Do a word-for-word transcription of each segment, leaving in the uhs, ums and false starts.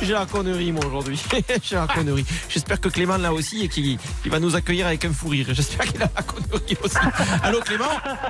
j'ai la connerie moi aujourd'hui. J'ai la connerie. J'espère que Clément là aussi et qu'il il va nous accueillir avec un fou rire. J'espère qu'il a la connerie aussi. Allô Clément?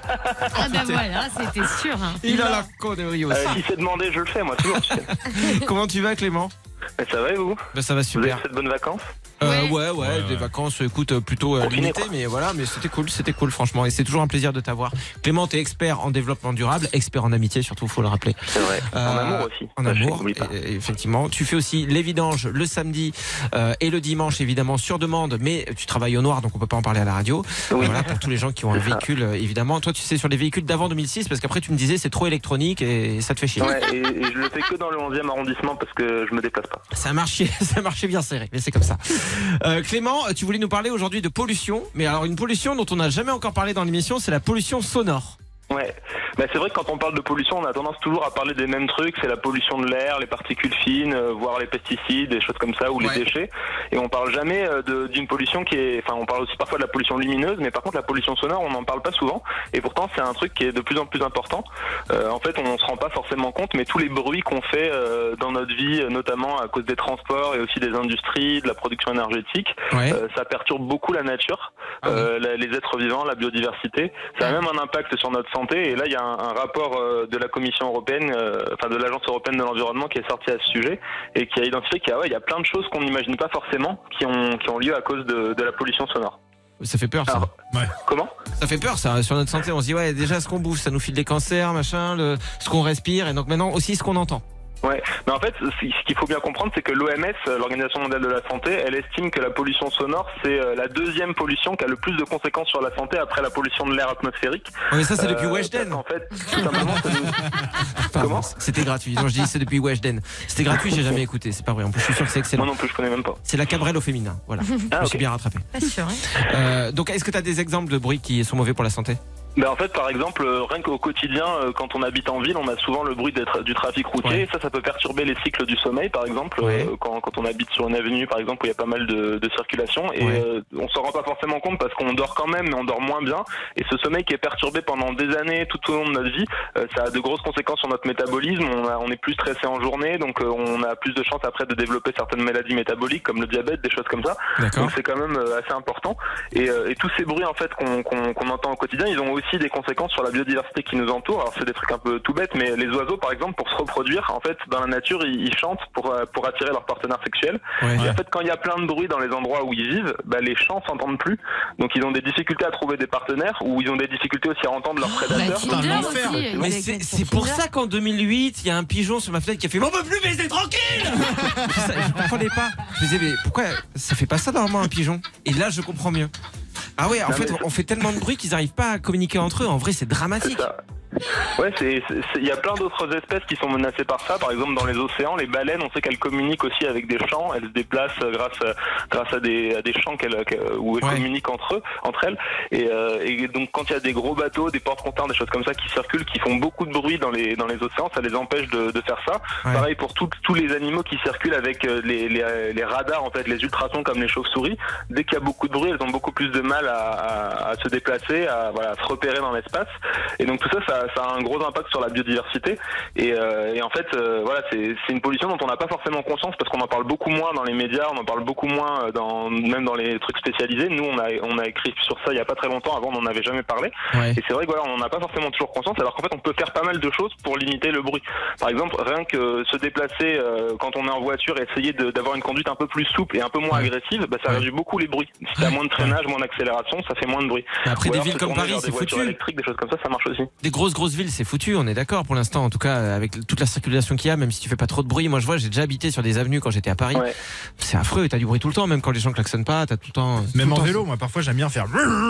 Ah ben voilà, c'était sûr. Hein. Il a la connerie aussi. Euh, si c'est demandé, je le fais, moi, toujours. Tu sais. Comment tu vas Clément? Mais ça va et vous? Ben, ça va Vous avez super. fait de bonnes vacances? Euh, Ouais. ouais, ouais, ouais, des vacances, écoute, plutôt euh, Confiné, limitées, quoi. mais voilà, mais c'était cool, c'était cool, franchement, et c'est toujours un plaisir de t'avoir. Clément, t'es expert en développement durable, expert en amitié, surtout, faut le rappeler. C'est vrai. En Euh, amour aussi. En Ça, je amour, n'oublie pas. et- et effectivement. Tu fais aussi les vidanges le samedi euh, et le dimanche, évidemment, sur demande, mais tu travailles au noir, donc on peut pas en parler à la radio. Oui. Voilà, pour tous les gens qui ont un C'est ça. véhicule, euh, évidemment. Toi, tu sais, sur les véhicules d'avant deux mille six, parce qu'après, tu me disais, c'est trop électronique et ça te fait chier. Ouais, et, et je le fais que dans le onzième arrondissement parce que je me déplace pas. Ça a marché, ça a marché bien serré, mais c'est comme ça. Euh, Clément, tu voulais nous parler aujourd'hui de pollution, mais alors une pollution dont on n'a jamais encore parlé dans l'émission, c'est la pollution sonore. Ouais, bah, c'est vrai que quand on parle de pollution, on a tendance toujours à parler des mêmes trucs, c'est la pollution de l'air, les particules fines, euh, voire les pesticides, des choses comme ça, ou Ouais. les déchets. Et on parle jamais euh, de- d'une pollution qui est, enfin, on parle aussi parfois de la pollution lumineuse, mais par contre la pollution sonore, on n'en parle pas souvent. Et pourtant, c'est un truc qui est de plus en plus important. Euh, en fait, on se rend pas forcément compte, mais tous les bruits qu'on fait euh, dans notre vie, euh, notamment à cause des transports et aussi des industries, de la production énergétique, Ouais. euh, ça perturbe beaucoup la nature, Ah oui. euh, la- les êtres vivants, la biodiversité. Ça a même un impact sur notre santé. Et là, il y a un, un rapport euh, de la Commission européenne, euh, enfin de l'Agence européenne de l'environnement, qui est sorti à ce sujet et qui a identifié qu'il y a, ouais, il y a plein de choses qu'on n'imagine pas forcément qui ont, qui ont lieu à cause de, de la pollution sonore. Ça fait peur, ça. Alors, Comment? Ça fait peur, ça, sur notre santé. On se dit, ouais, déjà, ce qu'on bouffe, ça nous file des cancers, machin, le, ce qu'on respire, et donc maintenant aussi ce qu'on entend. Ouais, mais en fait, ce ce qu'il faut bien comprendre, c'est que l'O M S, l'Organisation mondiale de la santé, elle estime que la pollution sonore, c'est euh, la deuxième pollution qui a le plus de conséquences sur la santé après la pollution de l'air atmosphérique. Ouais, mais ça, c'est depuis Euh, Weshden. En fait, tout simplement, ça nous- Pardon, comment c'était gratuit. Non, je dis, c'est depuis Weshden. C'était gratuit, j'ai jamais écouté. C'est pas vrai. En plus, je suis sûr que c'est Moi excellent. non plus, je connais même pas. C'est la cabrelle au féminin. Voilà. Je Ah, me ok. suis bien rattrapé. Pas sûr. Hein. Euh, donc, est-ce que tu as des exemples de bruits qui sont mauvais pour la santé? Ben en fait, par exemple, euh, rien qu'au quotidien, euh, quand on habite en ville, on a souvent le bruit des tra- du trafic routier. Ouais. Et ça, ça peut perturber les cycles du sommeil, par exemple, Ouais. euh, quand, quand on habite sur une avenue, par exemple, où il y a pas mal de, de circulation. Et Ouais. euh, on s'en rend pas forcément compte parce qu'on dort quand même, mais on dort moins bien. Et ce sommeil qui est perturbé pendant des années, tout au long de notre vie, euh, ça a de grosses conséquences sur notre métabolisme. On, a- on est plus stressé en journée, donc euh, on a plus de chances après de développer certaines maladies métaboliques, comme le diabète, des choses comme ça. D'accord. Donc c'est quand même euh, assez important. Et, euh, et tous ces bruits en fait qu'on qu'on qu'on entend au quotidien, ils ont aussi des conséquences sur la biodiversité qui nous entoure. Alors c'est des trucs un peu tout bêtes, mais les oiseaux par exemple, pour se reproduire, en fait dans la nature ils, ils chantent pour euh, pour attirer leur partenaire sexuel. Ouais. Et en fait quand il y a plein de bruit dans les endroits où ils vivent, bah, les chants s'entendent plus. Donc ils ont des difficultés à trouver des partenaires, ou ils ont des difficultés aussi à entendre leurs Bah, prédateurs. Tinder l'enfer. aussi, il y a Mais des c'est mecs sur c'est pour Tinder. ça qu'en deux mille huit, il y a un pigeon sur ma fenêtre qui a fait, mais on peut plus baiser tranquille. je, sa- je comprenais pas. Je me disais, mais pourquoi ça fait pas ça normalement un pigeon? Et là, je comprends mieux. Ah ouais, en Non, fait, mais- on fait tellement de bruit qu'ils n'arrivent pas à communiquer entre eux. En vrai, c'est C'est dramatique. ça. Ouais, c'est, c'est- c'est- il y a plein d'autres espèces qui sont menacées par ça. Par exemple, dans les océans, les baleines, on sait qu'elles communiquent aussi avec des chants. Elles se déplacent euh, grâce à, grâce à des, à des chants qu'elles, qu'elles- où elles Ouais. communiquent entre eux, entre elles. Et, euh, et donc, quand il y a des gros bateaux, des porte-conteneurs, des choses comme ça qui circulent, qui font beaucoup de bruit dans les, dans les océans, ça les empêche de, de faire ça. Ouais. Pareil pour tout- tous les animaux qui circulent avec euh, les, les, les radars, en fait, les ultrasons comme les chauves-souris. Dès qu'il y a beaucoup de bruit, elles ont beaucoup plus de mal à, à, à se déplacer, à, voilà, à se repérer dans l'espace. Et donc tout ça, ça, ça a un gros impact sur la biodiversité. Et, euh, et en fait, euh, voilà, c'est, c'est une pollution dont on n'a pas forcément conscience parce qu'on en parle beaucoup moins dans les médias, on en parle beaucoup moins euh, dans, même dans les trucs spécialisés. Nous, on a, on a écrit sur ça il y a pas très longtemps. Avant, on n'en avait jamais parlé. Ouais. Et c'est vrai que voilà, on n'en a pas forcément toujours conscience. Alors qu'en fait, on peut faire pas mal de choses pour limiter le bruit. Par exemple, rien que se déplacer euh, quand on est en voiture et essayer de, d'avoir une conduite un peu plus souple et un peu moins Ouais. agressive, bah, ça Ouais. réduit beaucoup les bruits. Si t'as moins de traînage, moins d'accélération, ça fait moins de bruit. Mais après, Ou des alors villes se comme tourner Paris, vers c'est des voitures foutu. électriques, des choses comme ça, ça marche aussi. Des grosses grosses villes, c'est foutu, on est d'accord pour l'instant, en tout cas avec toute la circulation qu'il y a, même si tu fais pas trop de bruit. Moi je vois, j'ai déjà habité sur des avenues quand j'étais à Paris. Ouais. C'est affreux, t'as du bruit tout le temps, même quand les gens klaxonnent pas, t'as tout le temps. tout Même le en temps- vélo, moi parfois j'aime bien faire.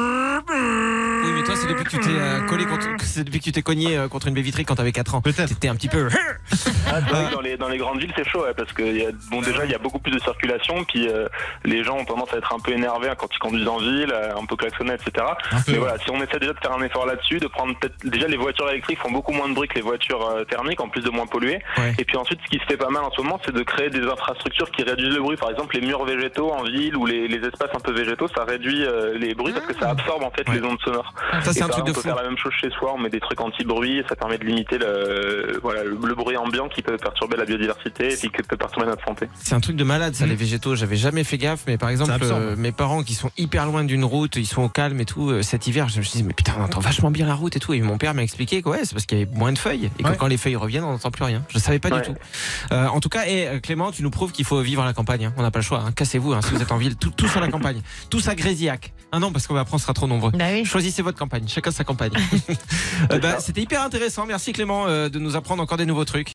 Oui, mais toi c'est depuis que tu t'es euh, collé contre, c'est depuis que tu t'es cogné euh, contre une baie vitrée quand t'avais quatre ans. Peut-être. T'étais un petit peu. Ah, c'est vrai que dans les dans les grandes villes c'est chaud ouais, parce que il y a, bon déjà il y a beaucoup plus de circulation puis euh, les gens ont tendance à être un peu énervés quand ils conduisent en ville, euh, un peu klaxonner et cetera. Un peu. Mais voilà, si on essaie déjà de faire un effort là-dessus, de prendre peut-être déjà les voitures électriques font beaucoup moins de bruit que les voitures euh, thermiques en plus de moins polluer. Ouais. Et puis ensuite ce qui se fait pas mal en ce moment c'est de créer des infrastructures qui réduisent le bruit. Par exemple les murs végétaux en ville ou les, les espaces un peu végétaux ça réduit euh, les bruits parce que ça absorbe en fait Ouais. les ondes sonores. dehors. Ça, c'est Et un pareil, truc de on peut fou. faire la même chose chez soi, on met des trucs anti-bruit et ça permet de limiter le, voilà, le, le bruit ambiant qui peut perturber la biodiversité et puis qui peut perturber notre santé. C'est un truc de malade, ça, Mmh. les végétaux. J'avais jamais fait gaffe, mais par exemple, Ça absorbe. euh, mes parents qui sont hyper loin d'une route, ils sont au calme et tout. euh, cet hiver, je me suis dit, mais putain, on entend vachement bien la route et tout. Et mon père m'a expliqué que ouais, c'est parce qu'il y avait moins de feuilles et que Ouais. quand les feuilles reviennent, on n'entend plus rien. Je savais pas Ouais. du tout. Euh, en tout cas, et euh, Clément, tu nous prouves qu'il faut vivre à la campagne. hein. On n'a pas le choix. hein. Cassez-vous hein, si vous êtes en ville, tout- tous à la campagne, tous à Grésillac. Ah non, parce qu'on va apprendre, on sera trop nombreux. Bah oui. Choisissez votre campagne, chacun sa campagne. Euh, bah, C'était hyper intéressant. Merci Clément euh, de nous apprendre encore des nouveaux trucs.